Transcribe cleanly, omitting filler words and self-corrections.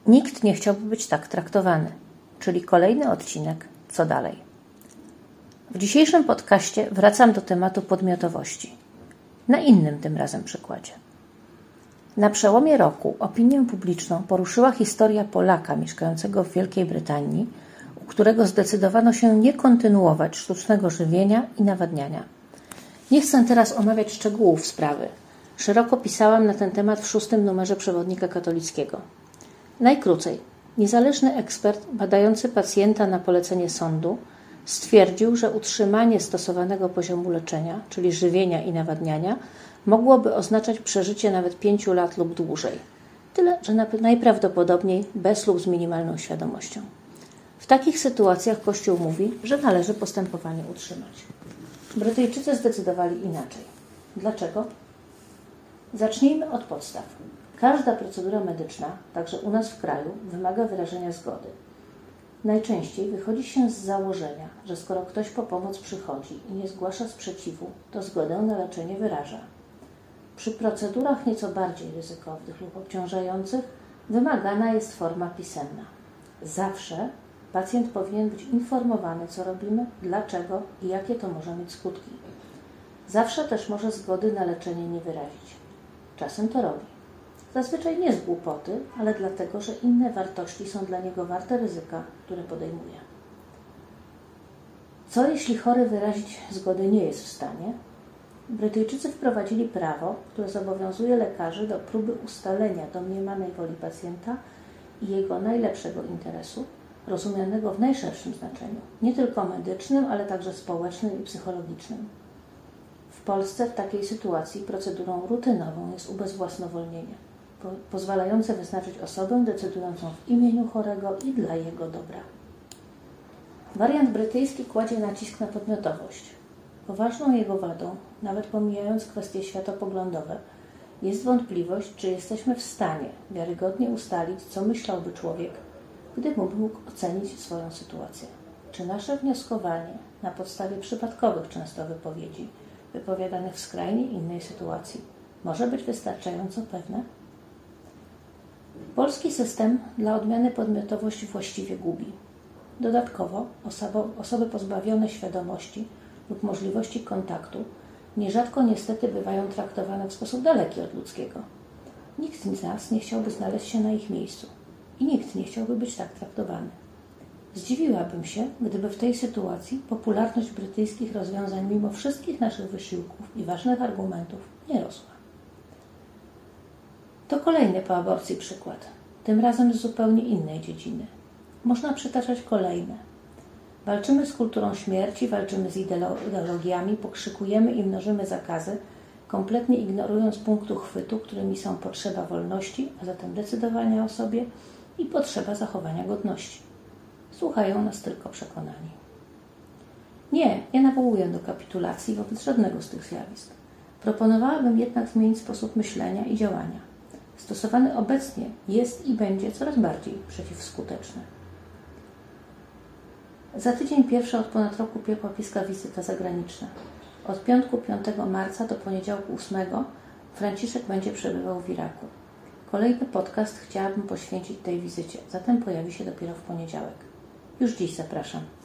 Nikt nie chciałby być tak traktowany, czyli kolejny odcinek Co dalej? W dzisiejszym podcaście wracam do tematu podmiotowości. Na innym tym razem przykładzie. Na przełomie roku opinię publiczną poruszyła historia Polaka mieszkającego w Wielkiej Brytanii, u którego zdecydowano się nie kontynuować sztucznego żywienia i nawadniania. Nie chcę teraz omawiać szczegółów sprawy. Szeroko pisałam na ten temat w 6. numerze Przewodnika Katolickiego. Najkrócej, niezależny ekspert badający pacjenta na polecenie sądu stwierdził, że utrzymanie stosowanego poziomu leczenia, czyli żywienia i nawadniania, mogłoby oznaczać przeżycie nawet 5 lat lub dłużej. Tyle, że najprawdopodobniej bez lub z minimalną świadomością. W takich sytuacjach Kościół mówi, że należy postępowanie utrzymać. Brytyjczycy zdecydowali inaczej. Dlaczego? Zacznijmy od podstaw. Każda procedura medyczna, także u nas w kraju, wymaga wyrażenia zgody. Najczęściej wychodzi się z założenia, że skoro ktoś po pomoc przychodzi i nie zgłasza sprzeciwu, to zgodę na leczenie wyraża. Przy procedurach nieco bardziej ryzykownych lub obciążających wymagana jest forma pisemna. Zawsze pacjent powinien być informowany, co robimy, dlaczego i jakie to może mieć skutki. Zawsze też może zgody na leczenie nie wyrazić. Czasem to robi. Zazwyczaj nie z głupoty, ale dlatego, że inne wartości są dla niego warte ryzyka, które podejmuje. Co jeśli chory wyrazić zgody nie jest w stanie? Brytyjczycy wprowadzili prawo, które zobowiązuje lekarzy do próby ustalenia domniemanej woli pacjenta i jego najlepszego interesu, rozumianego w najszerszym znaczeniu, nie tylko medycznym, ale także społecznym i psychologicznym. W Polsce w takiej sytuacji procedurą rutynową jest ubezwłasnowolnienie, pozwalające wyznaczyć osobę decydującą w imieniu chorego i dla jego dobra. Wariant brytyjski kładzie nacisk na podmiotowość. Poważną jego wadą, nawet pomijając kwestie światopoglądowe, jest wątpliwość, czy jesteśmy w stanie wiarygodnie ustalić, co myślałby człowiek, gdyby mógł ocenić swoją sytuację. Czy nasze wnioskowanie na podstawie przypadkowych często wypowiedzi, wypowiadanych w skrajnie innej sytuacji, może być wystarczająco pewne? Polski system dla odmiany podmiotowość właściwie gubi. Dodatkowo osoby pozbawione świadomości lub możliwości kontaktu nierzadko niestety bywają traktowane w sposób daleki od ludzkiego. Nikt z nas nie chciałby znaleźć się na ich miejscu i nikt nie chciałby być tak traktowany. Zdziwiłabym się, gdyby w tej sytuacji popularność brytyjskich rozwiązań mimo wszystkich naszych wysiłków i ważnych argumentów nie rosła. To kolejny po aborcji przykład, tym razem z zupełnie innej dziedziny. Można przytaczać kolejne. Walczymy z kulturą śmierci, walczymy z ideologiami, pokrzykujemy i mnożymy zakazy, kompletnie ignorując punktu chwytu, którymi są potrzeba wolności, a zatem decydowania o sobie i potrzeba zachowania godności. Słuchają nas tylko przekonani. Nie nawołuję do kapitulacji wobec żadnego z tych zjawisk. Proponowałabym jednak zmienić sposób myślenia i działania. Stosowany obecnie jest i będzie coraz bardziej przeciwskuteczny. Za tydzień pierwsza od ponad roku papieska wizyta zagraniczna. Od piątku 5 marca do poniedziałku 8 Franciszek będzie przebywał w Iraku. Kolejny podcast chciałabym poświęcić tej wizycie, zatem pojawi się dopiero w poniedziałek. Już dziś zapraszam.